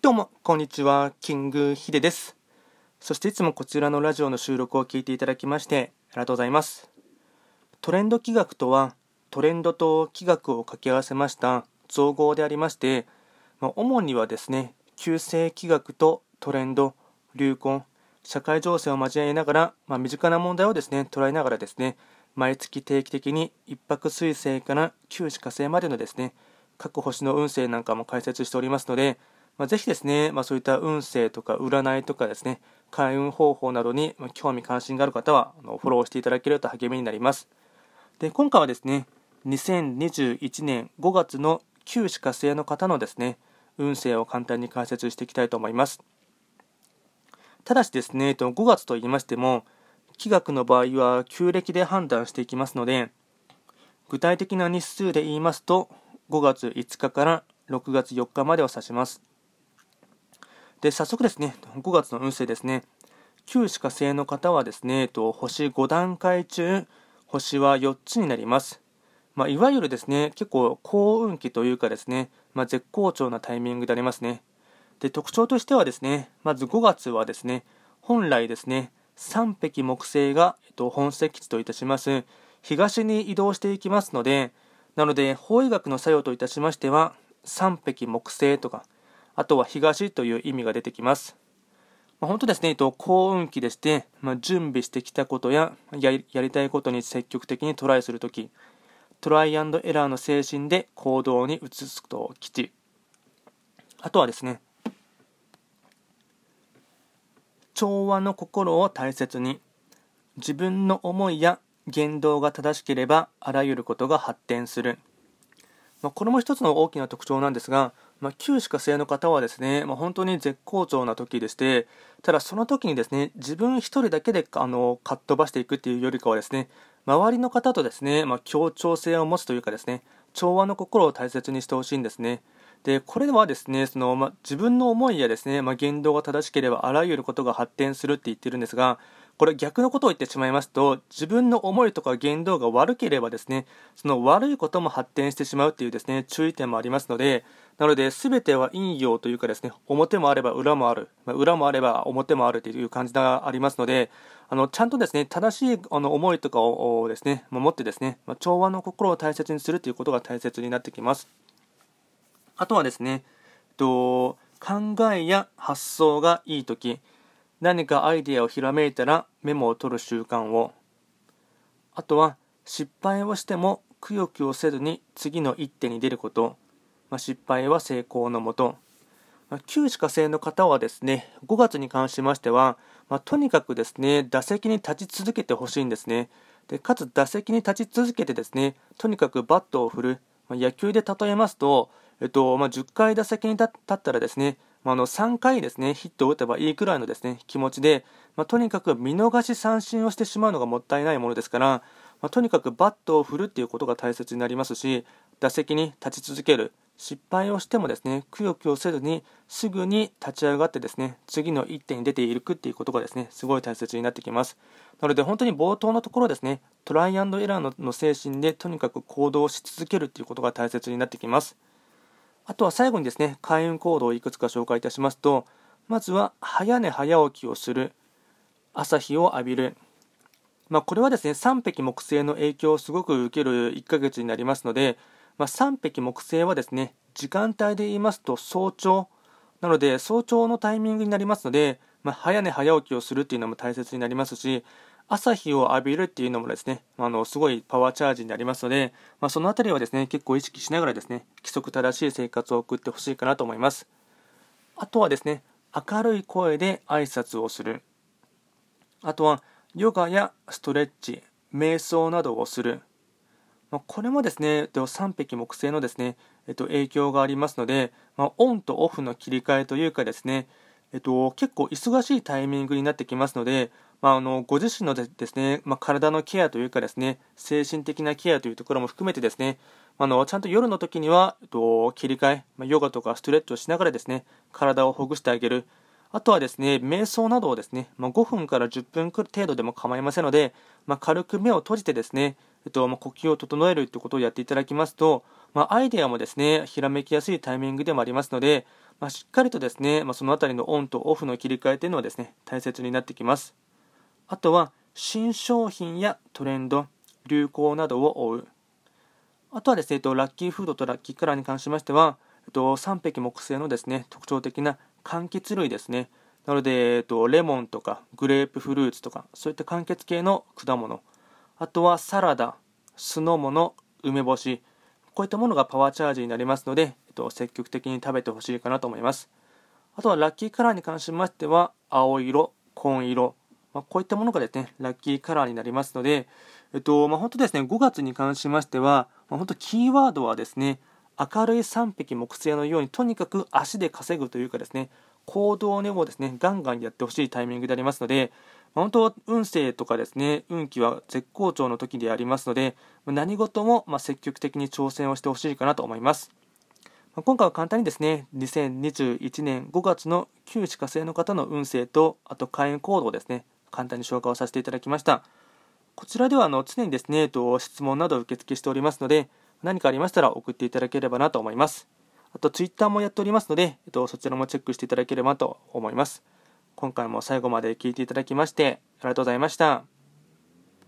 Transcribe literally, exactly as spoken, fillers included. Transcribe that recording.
どうもこんにちは、キングヒデです。そしていつもこちらのラジオの収録を聞いていただきましてありがとうございます。トレンド企画とは、トレンドと企画を掛け合わせました造語でありまして、まあ、主にはですね、旧世企画とトレンド、流行、社会情勢を交えながら、まあ、身近な問題をですね捉えながらですね、毎月定期的に一泊水星から九死火星までのですね、各星の運勢なんかも解説しておりますので、まあ、ぜひですね、まあ、そういった運勢とか占いとかですね、開運方法などに興味関心がある方はあのフォローしていただけると励みになります。で、今回はですね、にせんにじゅういちねんごがつの九死火星の方のですね、運勢を簡単に解説していきたいと思います。ただしですね、ごがつと言いましても、気学の場合は旧暦で判断していきますので、具体的な日数で言いますと、ごがついつかからろくがつよっかまでを指します。で、早速ですね、ごがつの運勢ですね。九死火星の方はですね、星ごだんかい中、星はよっつになります。まあ、いわゆるですね、結構幸運期というかですね、まあ、絶好調なタイミングでありますね。で、特徴としてはですね、まずごがつはですね、本来ですね、さん匹木星が、えっと、本石地といたします東に移動していきますので、なので法医学の作用といたしましては、さん匹木星とか、あとは東という意味が出てきます。まあ、本当ですね、幸運期でして、まあ、準備してきたことややり、やりたいことに積極的にトライするとき、トライアンドエラーの精神で行動に移すと吉。あとはですね、調和の心を大切に、自分の思いや言動が正しければあらゆることが発展する。まあ、これも一つの大きな特徴なんですが、まあ、九死火星の方はですね、まあ、本当に絶好調な時でして、ただその時にですね、自分一人だけであのかっ飛ばしていくっていうよりかはですね、周りの方とですね、まあ、協調性を持つというかですね、調和の心を大切にしてほしいんですね。で、これではですね、そのまあ、自分の思いやですね、まあ、言動が正しければあらゆることが発展するって言ってるんですが、これ逆のことを言ってしまいますと、自分の思いとか言動が悪ければですね、その悪いことも発展してしまうっていうですね、注意点もありますので、なので全ては陰陽というかですね、表もあれば裏もある、まあ、裏もあれば表もあるという感じがありますので、あのちゃんとですね、正しいあの思いとかをですね、持ってですね、まあ、調和の心を大切にするということが大切になってきます。あとはですね、と考えや発想がいいとき、何かアイデアをひらめいたらメモを取る習慣を。あとは失敗をしてもくよくよせずに次の一手に出ること。まあ、失敗は成功のもと。まあ、九死火星の方はですね、ごがつに関しましては、まあ、とにかくですね、打席に立ち続けてほしいんですね。で、かつ打席に立ち続けてですね、とにかくバットを振る。まあ、野球で例えますと、えっとまあ、じゅっかい打席に立ったらですね、まあ、あのさんかいですね、ヒットを打てばいいくらいのですね、気持ちで、まあ、とにかく見逃し三振をしてしまうのがもったいないものですから、まあ、とにかくバットを振るっていうことが大切になりますし、打席に立ち続ける。失敗をしてもですね、くよくよせずにすぐに立ち上がってですね、次の一手に出ていくっていうことがですね、すごい大切になってきます。なので本当に冒頭のところですね、トライアンドエラー の, の精神でとにかく行動し続けるっていうことが大切になってきます。あとは最後にですね、開運行動をいくつか紹介いたしますと、まずは早寝早起きをする、朝日を浴びる。まあ、これはですね、さん匹木星の影響をすごく受けるいっかげつになりますので、まあ、さん匹木星はですね、時間帯で言いますと早朝なので、早朝のタイミングになりますので、まあ、早寝早起きをするっていうのも大切になりますし、朝日を浴びるっていうのもですね、あのすごいパワーチャージになりますので、まあ、そのあたりはですね、結構意識しながらですね、規則正しい生活を送ってほしいかなと思います。あとはですね、明るい声で挨拶をする。あとはヨガやストレッチ、瞑想などをする。まあ、これもですね、さん匹木星のですね、えっと、影響がありますので、まあ、オンとオフの切り替えというかですね、えっと、結構忙しいタイミングになってきますので、まあ、あのご自身のですね、まあ、体のケアというかですね、精神的なケアというところも含めてですね、あのちゃんと夜の時には、えっと、切り替え、まあ、ヨガとかストレッチをしながらですね、体をほぐしてあげる。あとはですね、瞑想などをですね、まあ、ごふんからじゅっぷん程度でも構いませんので、まあ、軽く目を閉じてですね、えっとまあ、呼吸を整えるということをやっていただきますと、 まあ、アイデアもですね、ひらめきやすいタイミングでもありますので、まあ、しっかりとですね、まあ、そのあたりのオンとオフの切り替えというのはですね、大切になってきます。あとは、新商品やトレンド、流行などを追う。あとはですね、えっと、ラッキーフードとラッキーカラーに関しましては、えっと、さん匹木星のですね、特徴的な柑橘類ですね。なので、えっと、レモンとかグレープフルーツとか、そういった柑橘系の果物。あとはサラダ、酢の物、梅干し。こういったものがパワーチャージになりますので、えっと、積極的に食べてほしいかなと思います。あとはラッキーカラーに関しましては、青色、紺色、まあ、こういったものがですね、ラッキーカラーになりますので、えっと、まあ、本当ですね、ごがつに関しましては、まあ、本当キーワードはですね、明るいさん匹木星のように、とにかく足で稼ぐというかですね、行動をですね、ガンガンやってほしいタイミングでありますので、まあ、本当、運勢とかですね、運気は絶好調の時でありますので、何事もまあ積極的に挑戦をしてほしいかなと思います。今回は簡単にですね、にせんにじゅういちねんごがつの旧歯科生の方の運勢と、あと開運行動をですね、簡単に紹介をさせていただきました。こちらではあの常にですね、質問などを受付しておりますので、何かありましたら送っていただければなと思います。あとツイッターもやっておりますので、そちらもチェックしていただければと思います。今回も最後まで聞いていただきましてありがとうございました。